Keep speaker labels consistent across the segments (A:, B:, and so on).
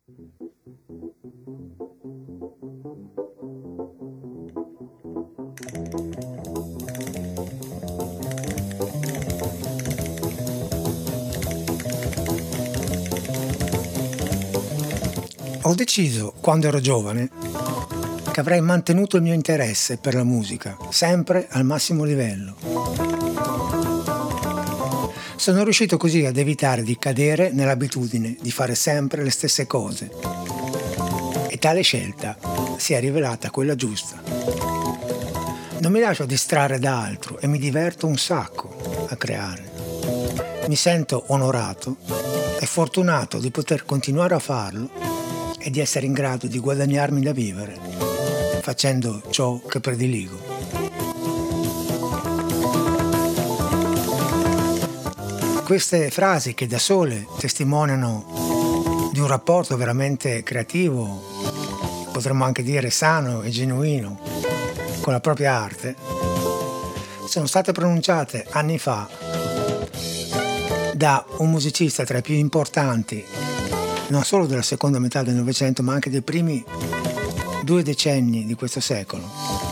A: Ho deciso, quando ero giovane, che avrei mantenuto il mio interesse per la musica, sempre al massimo livello. Sono riuscito così ad evitare di cadere nell'abitudine di fare sempre le stesse cose. E tale scelta si è rivelata quella giusta. Non mi lascio distrarre da altro e mi diverto un sacco a creare. Mi sento onorato e fortunato di poter continuare a farlo e di essere in grado di guadagnarmi da vivere facendo ciò che prediligo. Queste frasi che da sole testimoniano di un rapporto veramente creativo, potremmo anche dire sano e genuino, con la propria arte, sono state pronunciate anni fa da un musicista tra i più importanti non solo della seconda metà del Novecento, ma anche dei primi 2 decenni di questo secolo.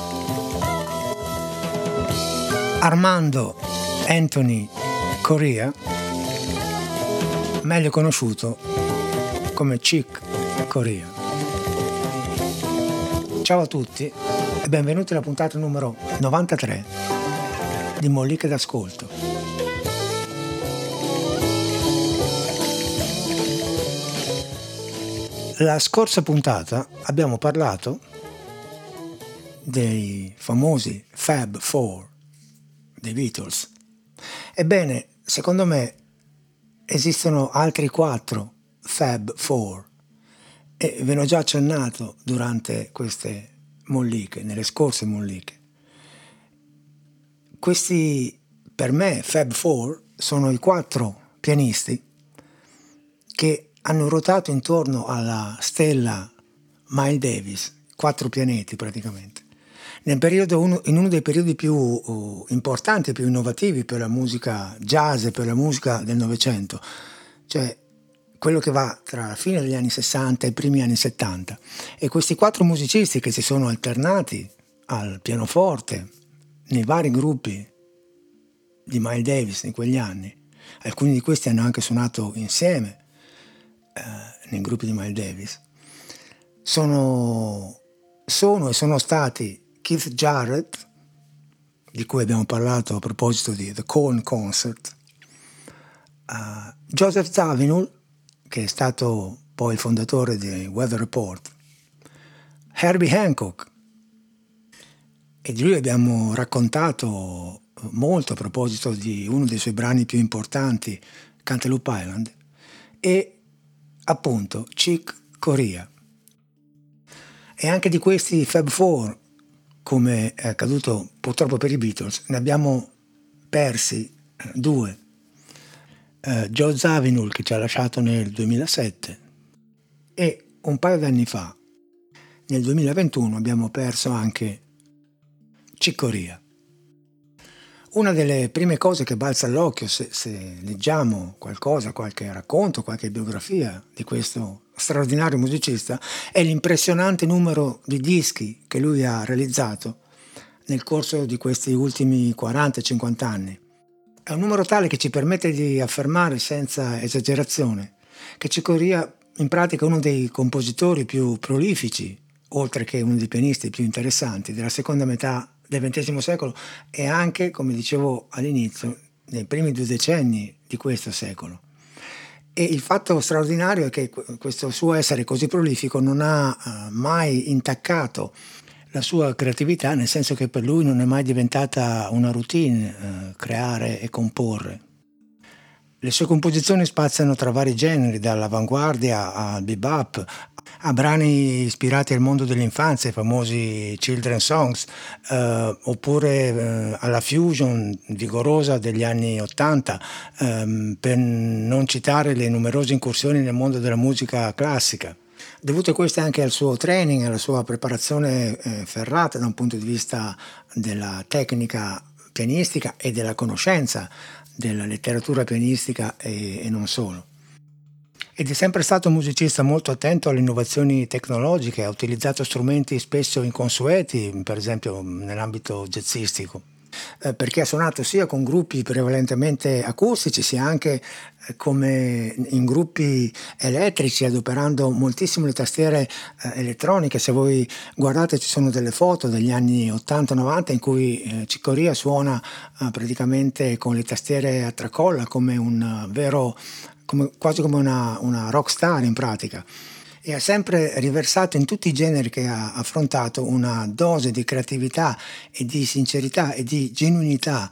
A: Armando Anthony Correa, meglio conosciuto come Chick Corea. Ciao a tutti e benvenuti alla puntata numero 93 di Molliche d'Ascolto. La scorsa puntata abbiamo parlato dei famosi Fab Four dei Beatles. Ebbene, secondo me esistono altri 4 Fab Four e ve ne ho già accennato durante queste molliche, nelle scorse molliche. Questi, per me, Fab Four sono i 4 pianisti che hanno ruotato intorno alla stella Miles Davis, 4 pianeti praticamente, in uno dei periodi più importanti e più innovativi per la musica jazz e per la musica del Novecento, cioè quello che va tra la fine degli anni 60 e i primi anni 70. E questi 4 musicisti che si sono alternati al pianoforte nei vari gruppi di Miles Davis in quegli anni, alcuni di questi hanno anche suonato insieme nei gruppi di Miles Davis, sono stati Keith Jarrett, di cui abbiamo parlato a proposito di The Korn Concert, Joseph Zawinul, che è stato poi il fondatore di Weather Report, Herbie Hancock, e di lui abbiamo raccontato molto a proposito di uno dei suoi brani più importanti, Cantaloupe Island, e appunto Chick Corea. E anche di questi Fab Four, come è accaduto purtroppo per i Beatles, ne abbiamo persi 2. Joe Zawinul, che ci ha lasciato nel 2007, e un paio d'anni fa, nel 2021, abbiamo perso anche Chick Corea. Una delle prime cose che balza all'occhio se leggiamo qualcosa, qualche racconto, qualche biografia di questo straordinario musicista è l'impressionante numero di dischi che lui ha realizzato nel corso di questi ultimi 40-50 anni. È un numero tale che ci permette di affermare senza esagerazione che Chick Corea in pratica è uno dei compositori più prolifici, oltre che uno dei pianisti più interessanti della seconda metà del XX secolo e anche, come dicevo all'inizio, nei primi 2 decenni di questo secolo. E il fatto straordinario è che questo suo essere così prolifico non ha mai intaccato la sua creatività, nel senso che per lui non è mai diventata una routine creare e comporre. Le sue composizioni spaziano tra vari generi, dall'avanguardia al bebop, a brani ispirati al mondo dell'infanzia, i famosi children's songs, oppure alla fusion vigorosa degli anni '80, per non citare le numerose incursioni nel mondo della musica classica. Dovute queste anche al suo training, alla sua preparazione ferrata da un punto di vista della tecnica pianistica e della conoscenza della letteratura pianistica e non solo. ed è sempre stato un musicista molto attento alle innovazioni tecnologiche, ha utilizzato strumenti spesso inconsueti, per esempio nell'ambito jazzistico, perché ha suonato sia con gruppi prevalentemente acustici, sia anche come in gruppi elettrici, adoperando moltissimo le tastiere elettroniche. Se voi guardate, ci sono delle foto degli anni 80-90 in cui Chick Corea suona praticamente con le tastiere a tracolla come un vero, quasi come una rock star in pratica, e ha sempre riversato in tutti i generi che ha affrontato una dose di creatività e di sincerità e di genuinità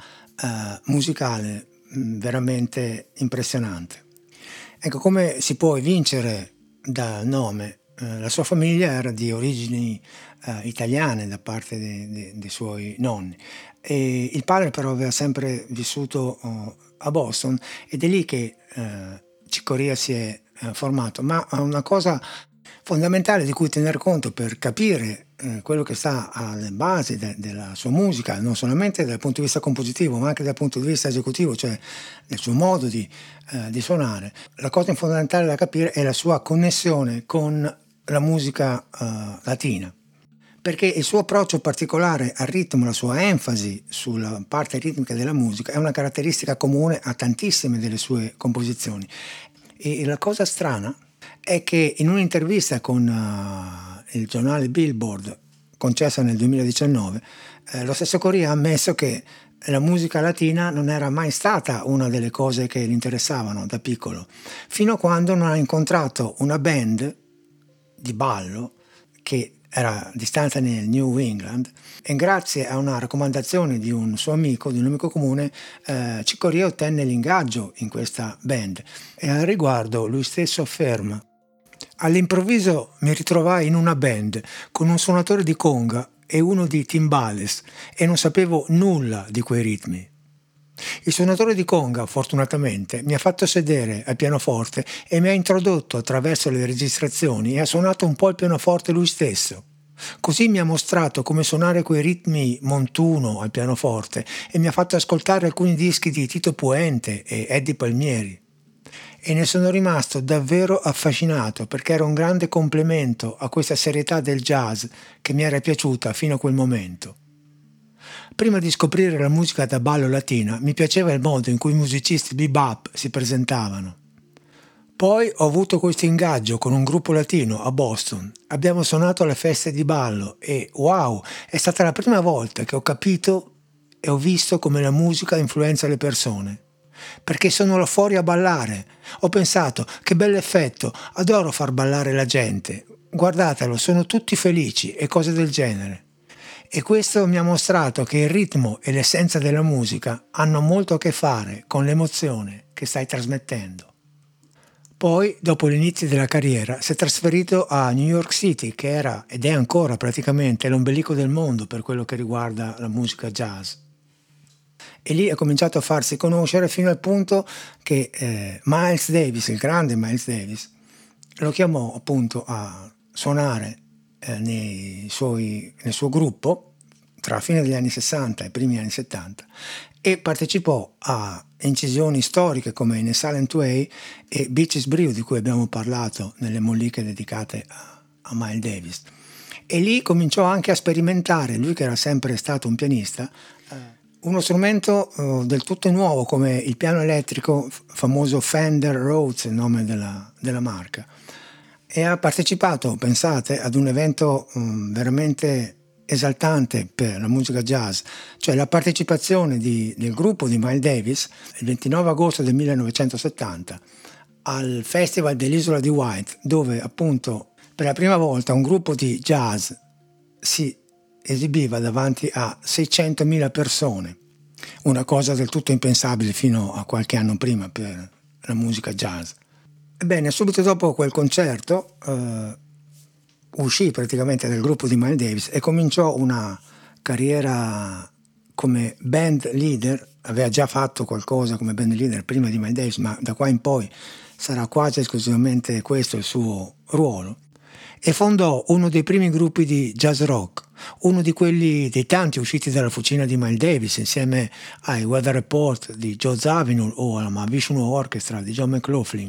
A: musicale veramente impressionante. Ecco, come si può evincere dal nome, la sua famiglia era di origini italiane da parte dei suoi nonni, e il padre però aveva sempre vissuto a Boston, ed è lì che Chick Corea si è formato. Ma una cosa fondamentale di cui tener conto per capire quello che sta alle basi della sua musica, non solamente dal punto di vista compositivo ma anche dal punto di vista esecutivo, cioè del suo modo di suonare, la cosa fondamentale da capire è la sua connessione con la musica latina, perché il suo approccio particolare al ritmo, la sua enfasi sulla parte ritmica della musica è una caratteristica comune a tantissime delle sue composizioni. E la cosa strana è che in un'intervista con il giornale Billboard concessa nel 2019, lo stesso Corea ha ammesso che la musica latina non era mai stata una delle cose che gli interessavano da piccolo, fino a quando non ha incontrato una band di ballo che era di stanza nel New England, e grazie a una raccomandazione di un suo amico, di un amico comune, Chick Corea ottenne l'ingaggio in questa band. E al riguardo lui stesso afferma: all'improvviso mi ritrovai in una band con un suonatore di conga e uno di timbales e non sapevo nulla di quei ritmi. Il suonatore di conga, fortunatamente, mi ha fatto sedere al pianoforte e mi ha introdotto attraverso le registrazioni e ha suonato un po' il pianoforte lui stesso. Così mi ha mostrato come suonare quei ritmi montuno al pianoforte e mi ha fatto ascoltare alcuni dischi di Tito Puente e Eddie Palmieri. E ne sono rimasto davvero affascinato, perché era un grande complemento a questa serietà del jazz che mi era piaciuta fino a quel momento. Prima di scoprire la musica da ballo latina, mi piaceva il modo in cui i musicisti bebop si presentavano. Poi ho avuto questo ingaggio con un gruppo latino a Boston. Abbiamo suonato alle feste di ballo e wow, è stata la prima volta che ho capito e ho visto come la musica influenza le persone. Perché sono là fuori a ballare. Ho pensato, che bell'effetto, adoro far ballare la gente. Guardatelo, sono tutti felici e cose del genere. E questo mi ha mostrato che il ritmo e l'essenza della musica hanno molto a che fare con l'emozione che stai trasmettendo. Poi, dopo l'inizio della carriera, si è trasferito a New York City, che era ed è ancora praticamente l'ombelico del mondo per quello che riguarda la musica jazz. E lì ha cominciato a farsi conoscere fino al punto che Miles Davis, il grande Miles Davis, lo chiamò appunto a suonare nel suo gruppo tra la fine degli anni 60 e i primi anni 70, e partecipò a incisioni storiche come In a Silent Way e Beaches Brew, di cui abbiamo parlato nelle molliche dedicate a Miles Davis. E lì cominciò anche a sperimentare, lui che era sempre stato un pianista, uno strumento del tutto nuovo come il piano elettrico, famoso Fender Rhodes, il nome della marca. E ha partecipato, pensate, ad un evento veramente esaltante per la musica jazz, cioè la partecipazione del gruppo di Miles Davis il 29 agosto del 1970 al Festival dell'Isola di White, dove appunto per la prima volta un gruppo di jazz si esibiva davanti a 600.000 persone, una cosa del tutto impensabile fino a qualche anno prima per la musica jazz. Ebbene, subito dopo quel concerto uscì praticamente dal gruppo di Miles Davis e cominciò una carriera come band leader. Aveva già fatto qualcosa come band leader prima di Miles Davis, ma da qua in poi sarà quasi esclusivamente questo il suo ruolo. E fondò uno dei primi gruppi di jazz rock, uno di quelli dei tanti usciti dalla fucina di Miles Davis, insieme ai Weather Report di Joe Zawinul o alla Vishnu Orchestra di John McLaughlin.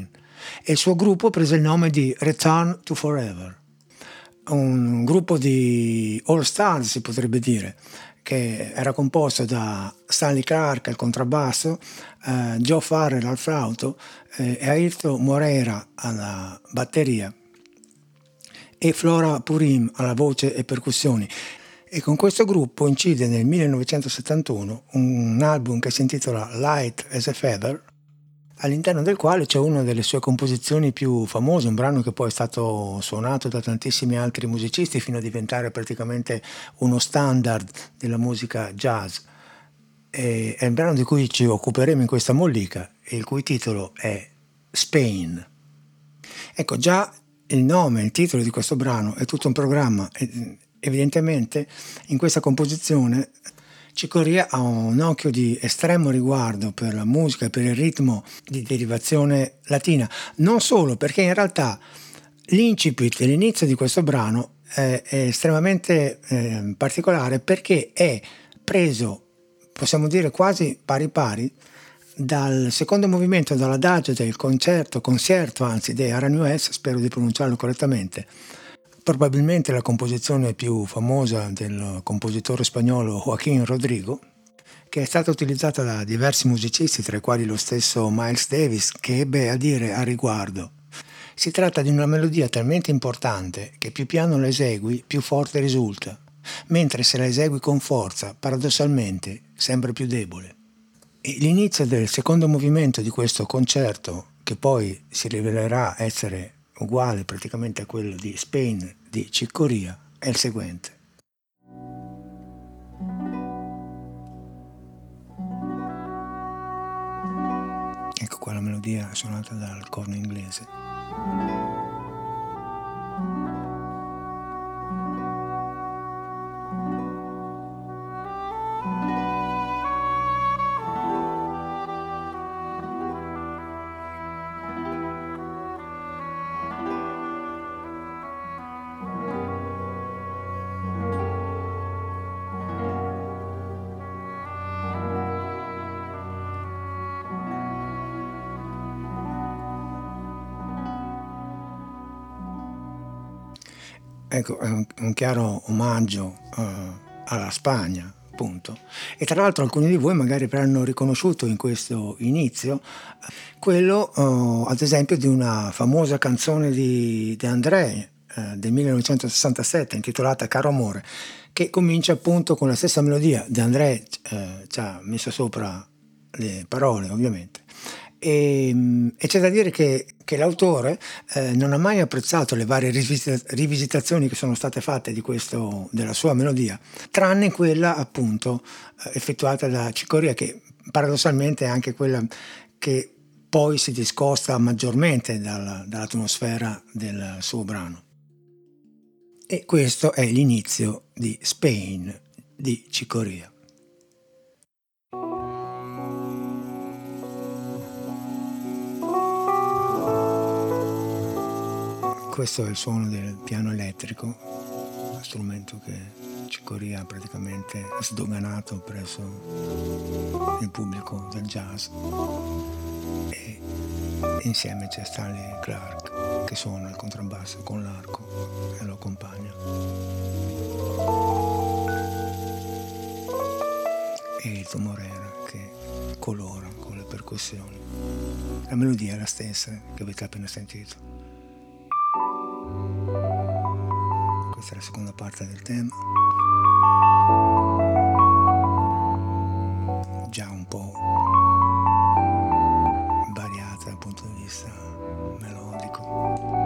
A: e il suo gruppo prese il nome di Return to Forever, un gruppo di all stars si potrebbe dire, che era composto da Stanley Clarke al contrabbasso, Joe Farrell al flauto e Airto Moreira alla batteria e Flora Purim alla voce e percussioni. E con questo gruppo incide nel 1971 un album che si intitola Light as a Feather, all'interno del quale c'è una delle sue composizioni più famose, un brano che poi è stato suonato da tantissimi altri musicisti fino a diventare praticamente uno standard della musica jazz. È il brano di cui ci occuperemo in questa mollica e il cui titolo è Spain. Ecco, già il nome, il titolo di questo brano è tutto un programma. Evidentemente in questa composizione Chick Corea ha un occhio di estremo riguardo per la musica e per il ritmo di derivazione latina, non solo perché in realtà l'incipit, l'inizio di questo brano è estremamente particolare, perché è preso, possiamo dire quasi pari pari, dal secondo movimento, dall'adagio del concierto anzi dei Aranjuez, spero di pronunciarlo correttamente, probabilmente la composizione più famosa del compositore spagnolo Joaquín Rodrigo, che è stata utilizzata da diversi musicisti, tra i quali lo stesso Miles Davis, che ebbe a dire a riguardo: si tratta di una melodia talmente importante che più piano la esegui, più forte risulta, mentre se la esegui con forza, paradossalmente, sembra più debole. E l'inizio del secondo movimento di questo concerto, che poi si rivelerà essere uguale praticamente a quello di Spain di Chick Corea, è il seguente. Ecco qua la melodia suonata dal corno inglese. Ecco, è un chiaro omaggio alla Spagna, appunto. E tra l'altro alcuni di voi magari avranno riconosciuto in questo inizio quello, ad esempio, di una famosa canzone di De André del 1967 intitolata Caro Amore, che comincia appunto con la stessa melodia. De André ci ha messo sopra le parole, ovviamente. E c'è da dire che l'autore non ha mai apprezzato le varie rivisitazioni che sono state fatte della sua melodia, tranne quella appunto effettuata da Chick Corea, che paradossalmente è anche quella che poi si discosta maggiormente dall'atmosfera del suo brano. E questo è l'inizio di Spain di Chick Corea. Questo è il suono del piano elettrico, strumento che Chick Corea ha praticamente sdoganato presso il pubblico del jazz, e insieme c'è Stanley Clarke che suona il contrabbasso con l'arco e lo accompagna, e Airto Moreira che colora con le percussioni. La melodia è la stessa che avete appena sentito. Questa è la seconda parte del tema, già un po' variata dal punto di vista melodico.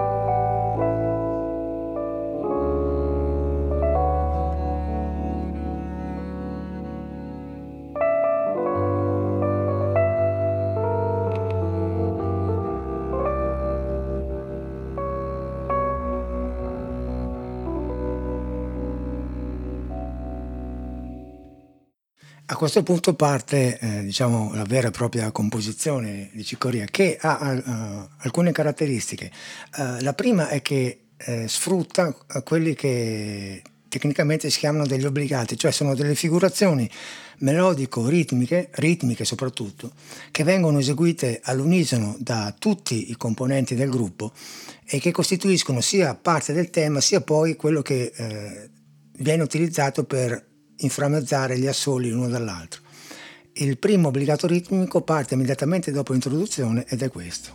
A: A questo punto parte diciamo la vera e propria composizione di Chick Corea, che ha alcune caratteristiche. La prima è che sfrutta quelli che tecnicamente si chiamano degli obbligati, cioè sono delle figurazioni ritmiche soprattutto, che vengono eseguite all'unisono da tutti i componenti del gruppo e che costituiscono sia parte del tema sia poi quello che viene utilizzato per inframmezzare gli assoli l'uno dall'altro. Il primo obbligato ritmico parte immediatamente dopo l'introduzione ed è questo.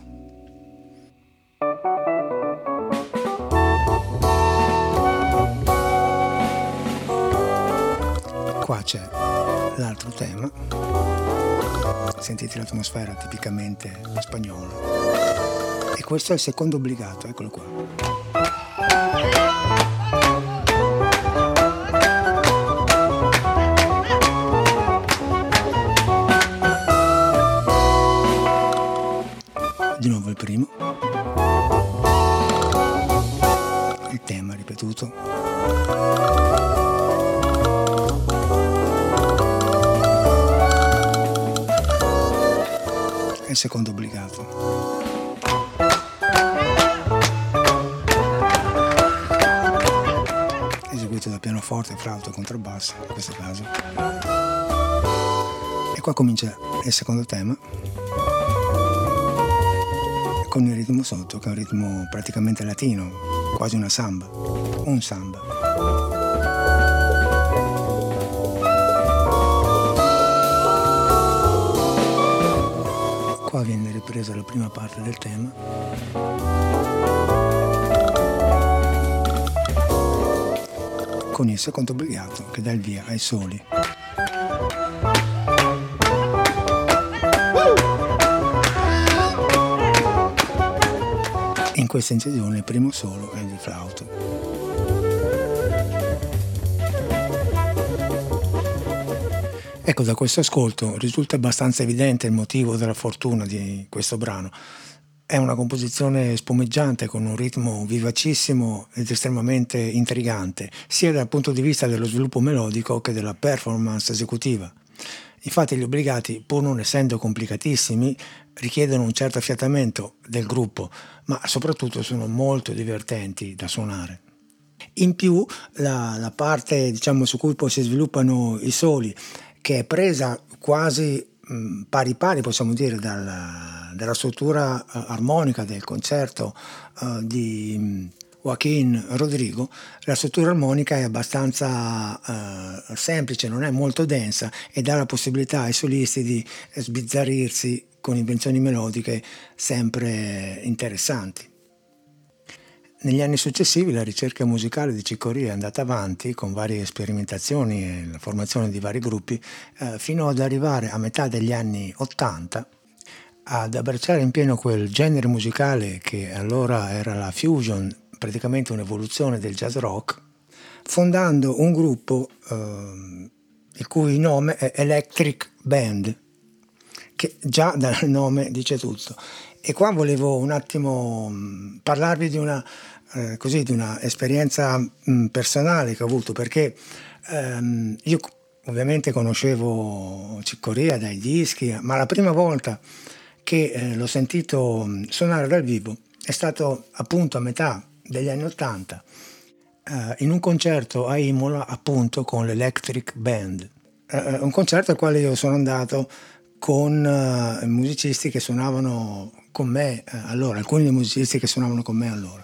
A: Qua c'è l'altro tema, sentite l'atmosfera tipicamente spagnola, e questo è il secondo obbligato, eccolo qua. Di nuovo il primo, il tema ripetuto, e il secondo obbligato. Eseguito da pianoforte, flauto e contrabbasso in questo caso. E qua comincia il secondo tema, con il ritmo sotto, che è un ritmo praticamente latino, quasi un samba. Qua viene ripresa la prima parte del tema. Con il secondo obbligato che dà il via ai soli. In questa incisione il primo solo è di flauto. Ecco, da questo ascolto risulta abbastanza evidente il motivo della fortuna di questo brano. È una composizione spumeggiante con un ritmo vivacissimo ed estremamente intrigante, sia dal punto di vista dello sviluppo melodico che della performance esecutiva. Infatti gli obbligati, pur non essendo complicatissimi, richiedono un certo affiatamento del gruppo, ma soprattutto sono molto divertenti da suonare. In più la parte, diciamo, su cui poi si sviluppano i soli, che è presa quasi pari pari, possiamo dire, dalla struttura armonica del concerto di Joaquín Rodrigo, la struttura armonica è abbastanza semplice, non è molto densa e dà la possibilità ai solisti di sbizzarrirsi con invenzioni melodiche sempre interessanti. Negli anni successivi la ricerca musicale di Cicoria è andata avanti con varie sperimentazioni e la formazione di vari gruppi fino ad arrivare a metà degli anni '80 ad abbracciare in pieno quel genere musicale che allora era la fusion, praticamente un'evoluzione del jazz rock, fondando un gruppo il cui nome è Electric Band, che già dal nome dice tutto. E qua volevo un attimo parlarvi di una esperienza personale che ho avuto, perché io ovviamente conoscevo Cicoria dai dischi, ma la prima volta che l'ho sentito suonare dal vivo è stato appunto a metà degli anni '80 in un concerto a Imola, appunto con l'Electric Band, un concerto al quale io sono andato con musicisti che suonavano con me allora, alcuni dei musicisti che suonavano con me allora.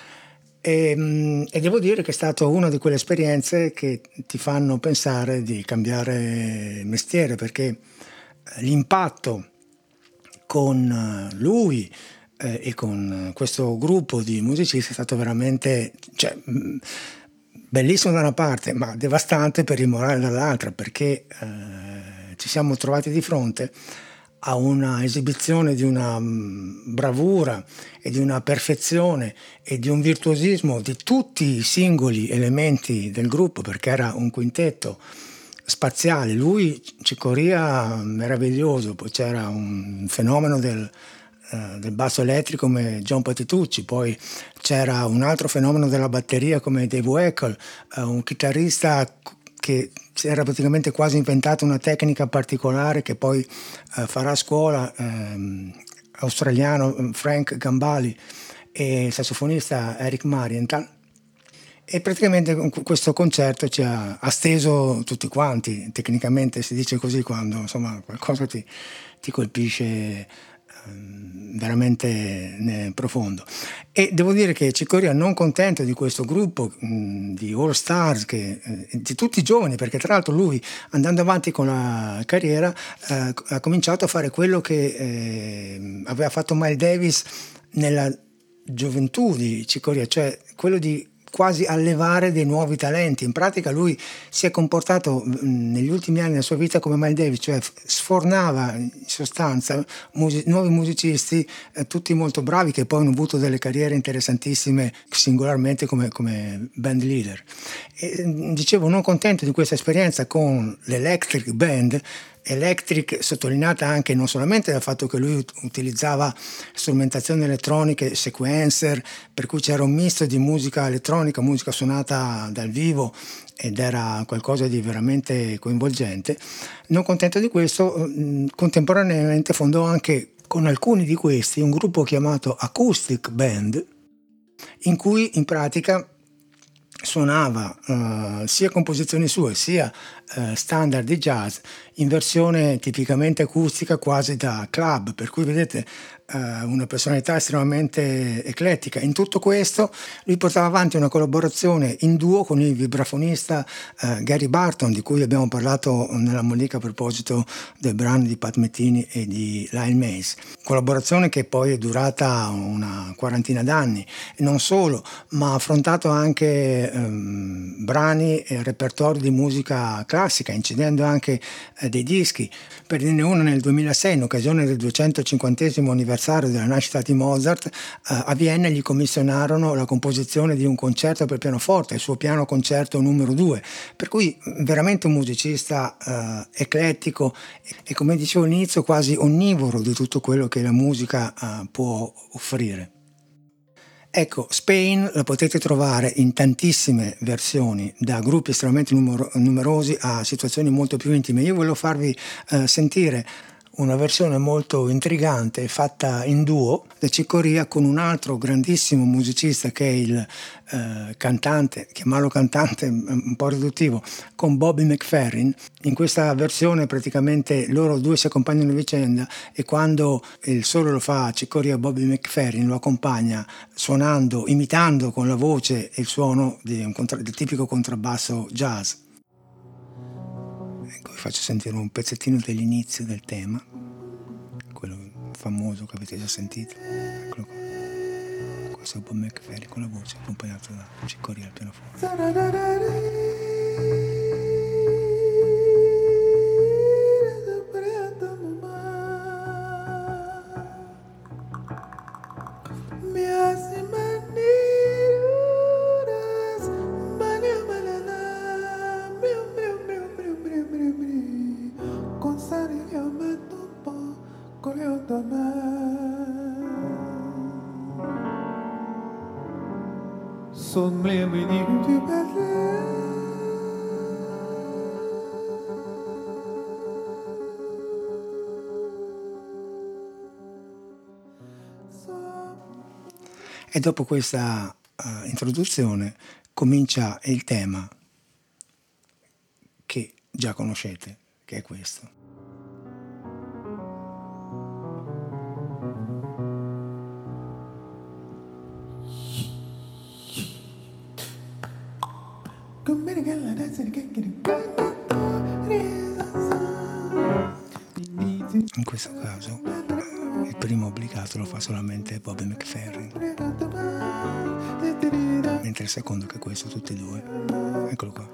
A: E devo dire che è stata una di quelle esperienze che ti fanno pensare di cambiare mestiere, perché l'impatto con lui e con questo gruppo di musicisti è stato veramente, bellissimo da una parte, ma devastante per il morale dall'altra, perché ci siamo trovati di fronte a una esibizione di una bravura e di una perfezione e di un virtuosismo di tutti i singoli elementi del gruppo, perché era un quintetto spaziale. Lui, Cicoria, meraviglioso, poi c'era un fenomeno del basso elettrico come John Patitucci, poi c'era un altro fenomeno della batteria come Dave Weckl, un chitarrista che si era praticamente quasi inventato una tecnica particolare che poi farà scuola, australiano Frank Gambale, e il sassofonista Eric Marienthal. E praticamente questo concerto ci ha steso tutti quanti, tecnicamente si dice così quando insomma qualcosa ti colpisce veramente profondo. E devo dire che Cicoria, non contento di questo gruppo di All Stars, di tutti i giovani, perché tra l'altro lui, andando avanti con la carriera, ha cominciato a fare quello che aveva fatto Miles Davis nella gioventù di Cicoria, cioè quello di quasi allevare dei nuovi talenti. In pratica lui si è comportato negli ultimi anni della sua vita come Miles Davis, cioè sfornava in sostanza nuovi musicisti, tutti molto bravi, che poi hanno avuto delle carriere interessantissime singolarmente come band leader. E, dicevo, non contento di questa esperienza con l'Electric Band, Electric sottolineata anche non solamente dal fatto che lui utilizzava strumentazioni elettroniche, sequencer, per cui c'era un misto di musica elettronica, musica suonata dal vivo, ed era qualcosa di veramente coinvolgente. Non contento di questo, contemporaneamente fondò anche con alcuni di questi un gruppo chiamato Acoustic Band, in cui in pratica suonava sia composizioni sue sia standard di jazz in versione tipicamente acustica, quasi da club, per cui vedete una personalità estremamente eclettica. In tutto questo lui portava avanti una collaborazione in duo con il vibrafonista Gary Barton, di cui abbiamo parlato nella Mollica a proposito del brano di Pat Metheny e di Lyle Mays, collaborazione che poi è durata una quarantina d'anni, e non solo, ma ha affrontato anche brani e repertorio di musica classica, incidendo anche dei dischi. Per dirne uno, nel 2006, in occasione del 250° anniversario della nascita di Mozart, a Vienna gli commissionarono la composizione di un concerto per pianoforte, il suo piano concerto numero 2, per cui veramente un musicista eclettico e, come dicevo all'inizio, quasi onnivoro di tutto quello che la musica può offrire. Ecco, Spain la potete trovare in tantissime versioni, da gruppi estremamente numerosi a situazioni molto più intime. Io volevo farvi sentire una versione molto intrigante fatta in duo da Cicoria con un altro grandissimo musicista che è il cantante, chiamarlo cantante un po' riduttivo, con Bobby McFerrin. In questa versione praticamente loro due si accompagnano a vicenda, e quando il solo lo fa Cicoria, Bobby McFerrin lo accompagna suonando, imitando con la voce il suono del tipico contrabbasso jazz. Ecco, vi faccio sentire un pezzettino dell'inizio del tema, quello famoso che avete già sentito. Eccolo qua. Questo è Bob McFerrin con la voce, accompagnato da Cicoria al pianoforte. E dopo questa introduzione comincia il tema che già conoscete, che è questo. In questo caso il primo obbligato lo fa solamente Bobby McFerrin, mentre il secondo, che è questo, tutti e due. Eccolo qua.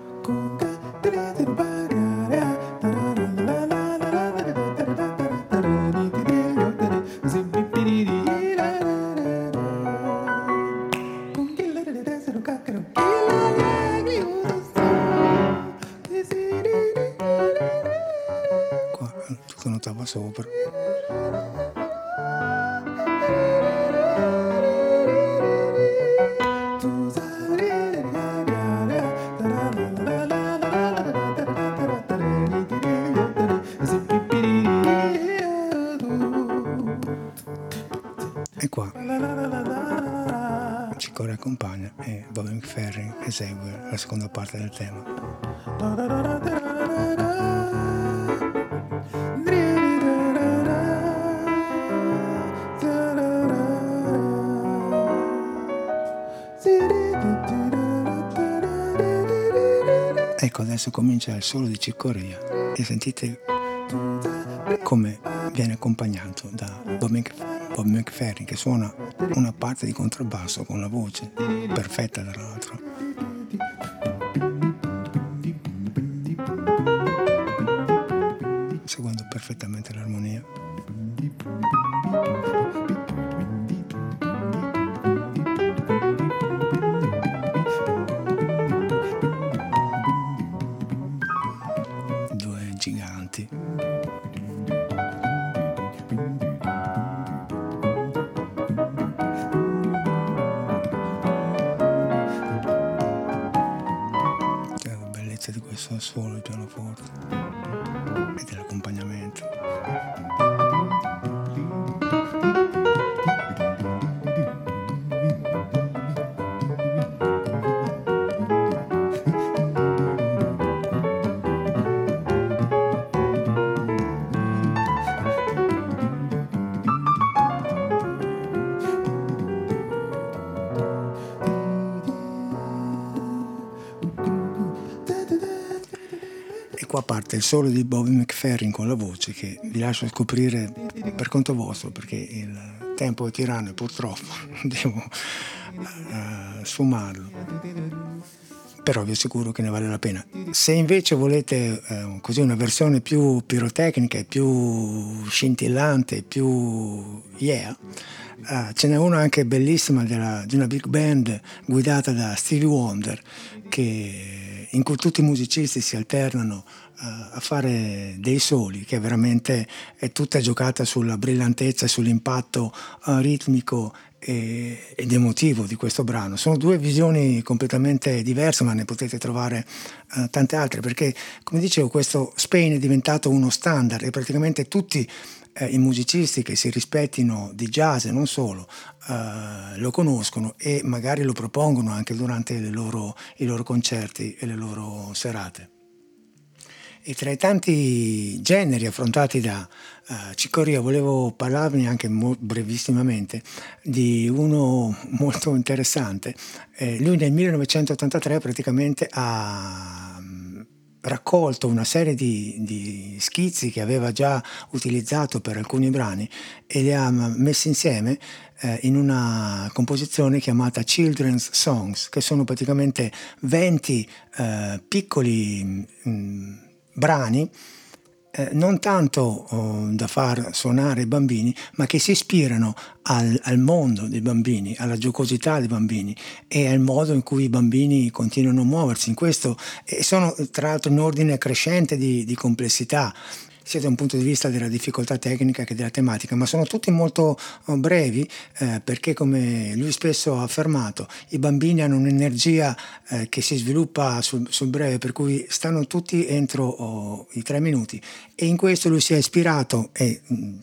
A: Qua tutta un'ottava sopra. E qua Cicoria accompagna e Bobby McFerrin esegue la seconda parte del tema. Ecco, adesso comincia il solo di Chick Corea e sentite come viene accompagnato da Bob McFerrin, che suona una parte di contrabbasso con la voce perfetta, tra l'altro. Seguendo perfettamente l'armonia. Due giganti. La bellezza di questo suono di pianoforte e dell'accompagnamento. E qua parte il solo di Bobby McFerrin con la voce, che vi lascio scoprire per conto vostro, perché il tempo è tiranno e purtroppo devo sfumarlo, però vi assicuro che ne vale la pena. Se invece volete così una versione più pirotecnica e più scintillante, più ce n'è una anche bellissima di una big band guidata da Stevie Wonder, in cui tutti i musicisti si alternano a fare dei soli, che veramente è tutta giocata sulla brillantezza e sull'impatto ritmico ed emotivo di questo brano. Sono due visioni completamente diverse, ma ne potete trovare tante altre, perché, come dicevo, questo Spain è diventato uno standard e praticamente tutti i musicisti che si rispettino di jazz e non solo lo conoscono e magari lo propongono anche durante i loro concerti e le loro serate. E tra i tanti generi affrontati da Chick Corea volevo parlarvi anche brevissimamente di uno molto interessante. Lui nel 1983 praticamente ha raccolto una serie di schizzi che aveva già utilizzato per alcuni brani e li ha messi insieme in una composizione chiamata Children's Songs, che sono praticamente 20 piccoli brani non tanto da far suonare i bambini, ma che si ispirano al mondo dei bambini, alla giocosità dei bambini e al modo in cui i bambini continuano a muoversi in questo, e sono tra l'altro in ordine crescente di complessità, sia da un punto di vista della difficoltà tecnica che della tematica, ma sono tutti molto brevi perché, come lui spesso ha affermato, i bambini hanno un'energia che si sviluppa sul breve, per cui stanno tutti entro i 3 minuti, e in questo lui si è ispirato, e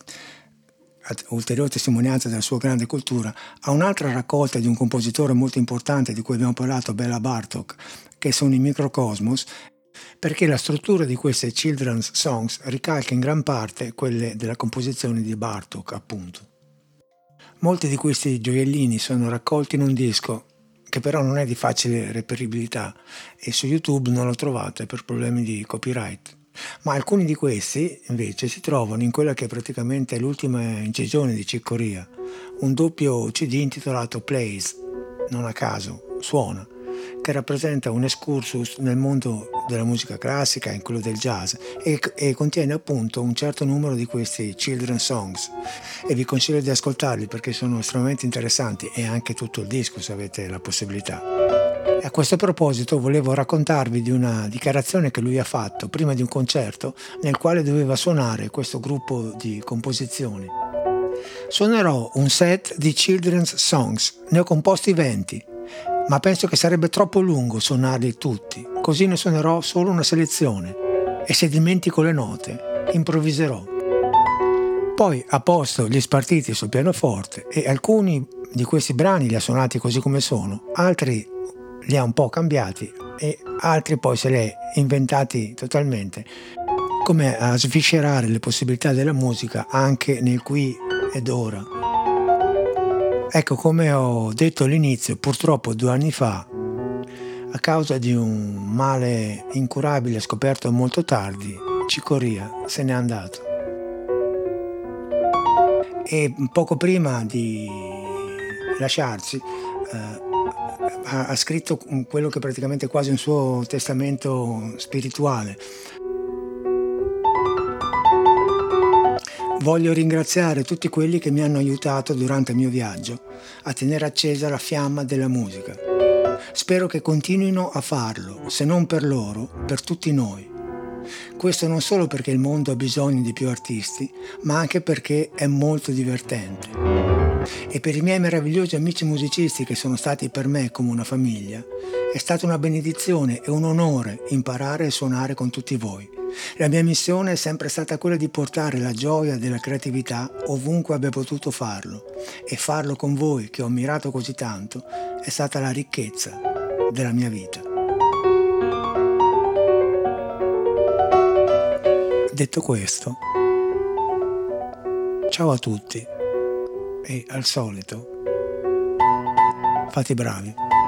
A: ulteriore testimonianza della sua grande cultura, a un'altra raccolta di un compositore molto importante di cui abbiamo parlato, Béla Bartók, che sono i Microcosmos, perché la struttura di queste Children's Songs ricalca in gran parte quelle della composizione di Bartók, appunto. Molti di questi gioiellini sono raccolti in un disco che però non è di facile reperibilità e su YouTube non lo trovate per problemi di copyright, ma alcuni di questi invece si trovano in quella che praticamente è l'ultima incisione di Chick Corea, un doppio CD intitolato Plays, non a caso, suona, che rappresenta un excursus nel mondo della musica classica e in quello del jazz e contiene appunto un certo numero di questi Children's Songs, e vi consiglio di ascoltarli perché sono estremamente interessanti, e anche tutto il disco se avete la possibilità. E a questo proposito volevo raccontarvi di una dichiarazione che lui ha fatto prima di un concerto nel quale doveva suonare questo gruppo di composizioni. Suonerò un set di Children's Songs, ne ho composti 20, ma penso che sarebbe troppo lungo suonarli tutti, così ne suonerò solo una selezione e se dimentico le note improvviserò. Poi apposto gli spartiti sul pianoforte e alcuni di questi brani li ha suonati così come sono, altri li ha un po' cambiati e altri poi se li ha inventati totalmente, come a sviscerare le possibilità della musica anche nel qui ed ora. Ecco, come ho detto all'inizio, purtroppo 2 anni fa, a causa di un male incurabile scoperto molto tardi, Cicoria se n'è andato. E poco prima di lasciarci ha scritto quello che è praticamente quasi un suo testamento spirituale. Voglio ringraziare tutti quelli che mi hanno aiutato durante il mio viaggio a tenere accesa la fiamma della musica. Spero che continuino a farlo, se non per loro, per tutti noi. Questo non solo perché il mondo ha bisogno di più artisti, ma anche perché è molto divertente. E per i miei meravigliosi amici musicisti che sono stati per me come una famiglia, è stata una benedizione e un onore imparare a suonare con tutti voi. La mia missione è sempre stata quella di portare la gioia della creatività ovunque abbia potuto farlo, e farlo con voi che ho ammirato così tanto è stata la ricchezza della mia vita. Detto questo, ciao a tutti e al solito, fate i bravi.